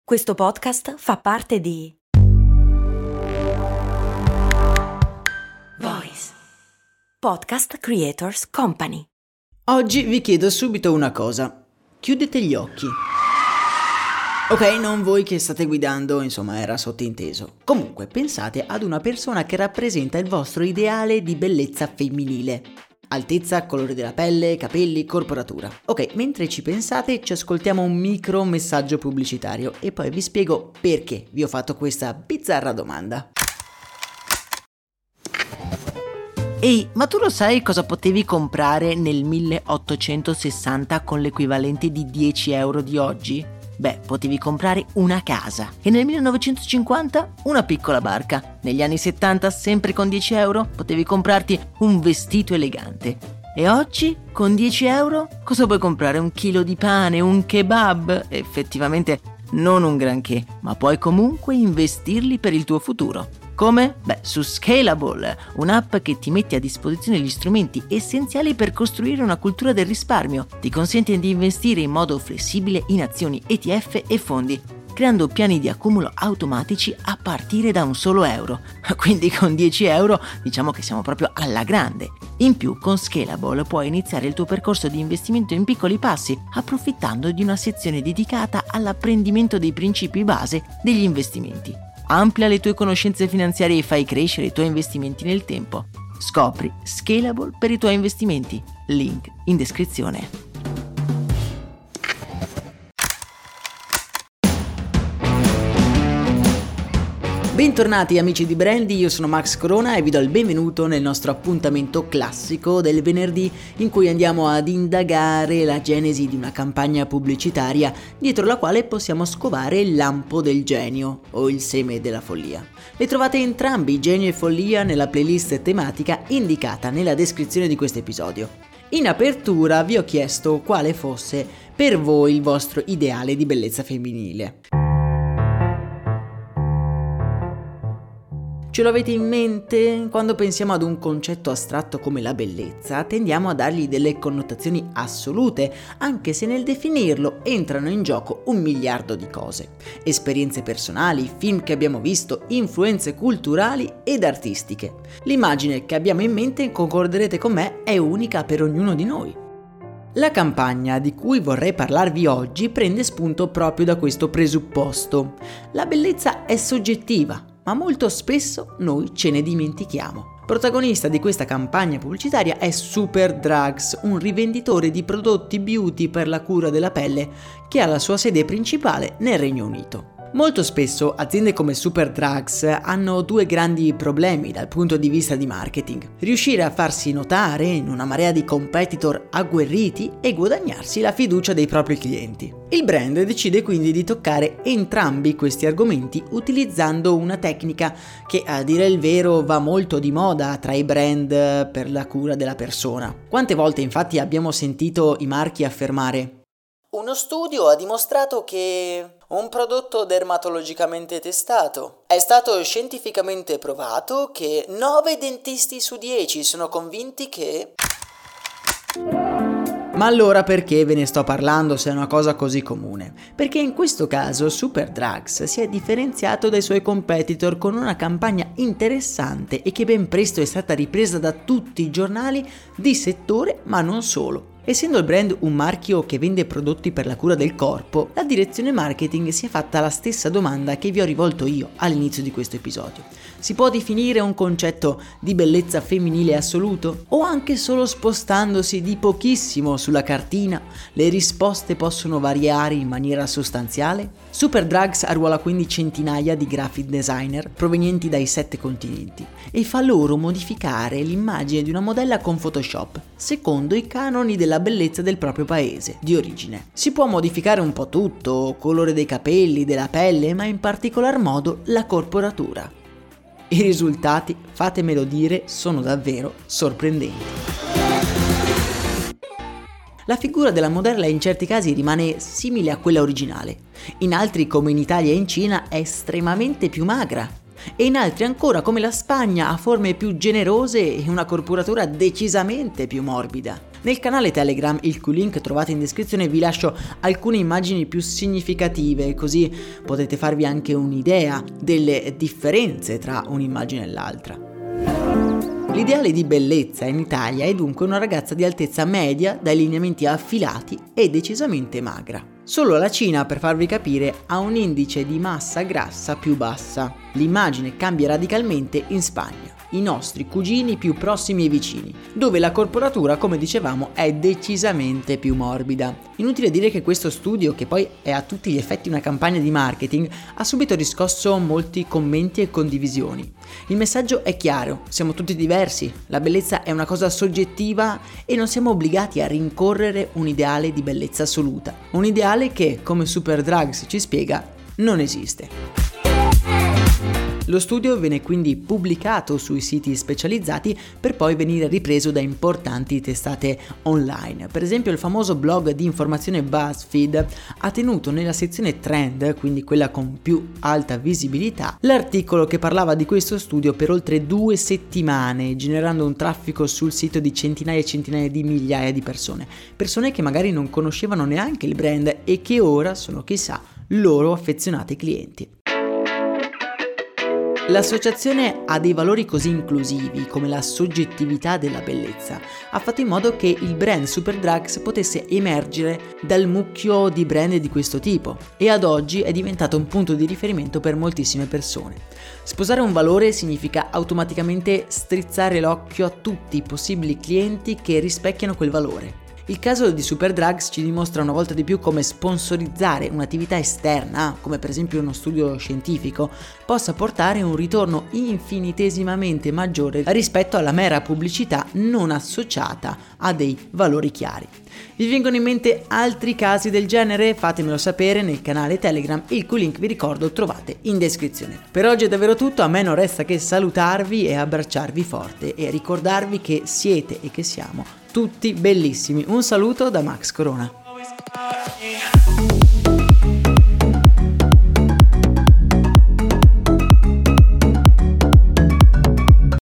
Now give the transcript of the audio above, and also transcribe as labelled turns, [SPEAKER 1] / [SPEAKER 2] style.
[SPEAKER 1] Questo podcast fa parte di Voice Podcast Creators Company.
[SPEAKER 2] Oggi vi chiedo subito una cosa. Chiudete gli occhi. Ok, non voi che state guidando, insomma, era sottinteso. Comunque, pensate ad una persona che rappresenta il vostro ideale di bellezza femminile. Altezza, colore della pelle, capelli, corporatura. Ok, mentre ci pensate ci ascoltiamo un micro messaggio pubblicitario e poi vi spiego perché vi ho fatto questa bizzarra domanda. Ehi, ma tu lo sai cosa potevi comprare nel 1860 con l'equivalente di 10 euro di oggi? Beh, potevi comprare una casa e nel 1950 una piccola barca. Negli anni 70, sempre con 10 euro, potevi comprarti un vestito elegante. E oggi, con 10 euro, cosa puoi comprare? Un chilo di pane, un kebab? Effettivamente non un granché, ma puoi comunque investirli per il tuo futuro. Come? Beh, su Scalable, un'app che ti mette a disposizione gli strumenti essenziali per costruire una cultura del risparmio. Ti consente di investire in modo flessibile in azioni, ETF e fondi, creando piani di accumulo automatici a partire da un solo euro. Quindi con 10 euro diciamo che siamo proprio alla grande. In più, con Scalable puoi iniziare il tuo percorso di investimento in piccoli passi, approfittando di una sezione dedicata all'apprendimento dei principi base degli investimenti. Amplia le tue conoscenze finanziarie e fai crescere i tuoi investimenti nel tempo. Scopri Scalable per i tuoi investimenti. Link in descrizione. Bentornati amici di Brandy, io sono Max Corona e vi do il benvenuto nel nostro appuntamento classico del venerdì in cui andiamo ad indagare la genesi di una campagna pubblicitaria dietro la quale possiamo scovare il lampo del genio o il seme della follia. Le trovate entrambi, genio e follia, nella playlist tematica indicata nella descrizione di questo episodio. In apertura vi ho chiesto quale fosse per voi il vostro ideale di bellezza femminile. Ce lo avete in mente? Quando pensiamo ad un concetto astratto come la bellezza, tendiamo a dargli delle connotazioni assolute, anche se nel definirlo entrano in gioco 1 miliardo di cose. Esperienze personali, film che abbiamo visto, influenze culturali ed artistiche. L'immagine che abbiamo in mente, concorderete con me, è unica per ognuno di noi. La campagna di cui vorrei parlarvi oggi prende spunto proprio da questo presupposto. La bellezza è soggettiva, ma molto spesso noi ce ne dimentichiamo. Protagonista di questa campagna pubblicitaria è Superdrugs, un rivenditore di prodotti beauty per la cura della pelle che ha la sua sede principale nel Regno Unito. Molto spesso aziende come Superdrugs hanno 2 grandi problemi dal punto di vista di marketing: riuscire a farsi notare in una marea di competitor agguerriti e guadagnarsi la fiducia dei propri clienti. Il brand decide quindi di toccare entrambi questi argomenti utilizzando una tecnica che, a dire il vero, va molto di moda tra i brand per la cura della persona. Quante volte infatti abbiamo sentito i marchi affermare: uno studio ha dimostrato che un prodotto dermatologicamente testato è stato scientificamente provato che 9 dentisti su 10 sono convinti che... Ma allora perché ve ne sto parlando se è una cosa così comune? Perché in questo caso Superdrugs si è differenziato dai suoi competitor con una campagna interessante e che ben presto è stata ripresa da tutti i giornali di settore, ma non solo. Essendo il brand un marchio che vende prodotti per la cura del corpo, la direzione marketing si è fatta la stessa domanda che vi ho rivolto io all'inizio di questo episodio. Si può definire un concetto di bellezza femminile assoluto? O anche solo spostandosi di pochissimo sulla cartina, le risposte possono variare in maniera sostanziale? Superdrugs arruola quindi centinaia di graphic designer provenienti dai 7 continenti e fa loro modificare l'immagine di una modella con Photoshop, secondo i canoni della bellezza del proprio paese di origine. Si può modificare un po' tutto, colore dei capelli, della pelle, ma in particolar modo la corporatura. I risultati, fatemelo dire, sono davvero sorprendenti. La figura della modella in certi casi rimane simile a quella originale, in altri come in Italia e in Cina è estremamente più magra e in altri ancora come la Spagna ha forme più generose e una corporatura decisamente più morbida. Nel canale Telegram, il cui link trovate in descrizione, vi lascio alcune immagini più significative, così potete farvi anche un'idea delle differenze tra un'immagine e l'altra. L'ideale di bellezza in Italia è dunque una ragazza di altezza media, dai lineamenti affilati e decisamente magra. Solo la Cina, per farvi capire, ha un indice di massa grassa più bassa. L'immagine cambia radicalmente in Spagna, i nostri cugini più prossimi e vicini, dove la corporatura, come dicevamo, è decisamente più morbida. Inutile dire che questo studio, che poi è a tutti gli effetti una campagna di marketing, ha subito riscosso molti commenti e condivisioni. Il messaggio è chiaro: siamo tutti diversi, la bellezza è una cosa soggettiva e non siamo obbligati a rincorrere un ideale di bellezza assoluta, un ideale che, come Superdrugs ci spiega, non esiste. Lo studio viene quindi pubblicato sui siti specializzati per poi venire ripreso da importanti testate online. Per esempio, il famoso blog di informazione BuzzFeed ha tenuto nella sezione Trend, quindi quella con più alta visibilità, l'articolo che parlava di questo studio per oltre 2 settimane, generando un traffico sul sito di centinaia e centinaia di migliaia di persone che magari non conoscevano neanche il brand e che ora sono, chissà, loro affezionati clienti. L'associazione a dei valori così inclusivi come la soggettività della bellezza ha fatto in modo che il brand Superdrugs potesse emergere dal mucchio di brand di questo tipo e ad oggi è diventato un punto di riferimento per moltissime persone. Sposare un valore significa automaticamente strizzare l'occhio a tutti i possibili clienti che rispecchiano quel valore. Il caso di Superdrugs ci dimostra una volta di più come sponsorizzare un'attività esterna, come per esempio uno studio scientifico, possa portare un ritorno infinitesimamente maggiore rispetto alla mera pubblicità non associata a dei valori chiari. Vi vengono in mente altri casi del genere? Fatemelo sapere nel canale Telegram, il cui link vi ricordo trovate in descrizione. Per oggi è davvero tutto, a me non resta che salutarvi e abbracciarvi forte e ricordarvi che siete e che siamo tutti bellissimi. Un saluto da Max Corona.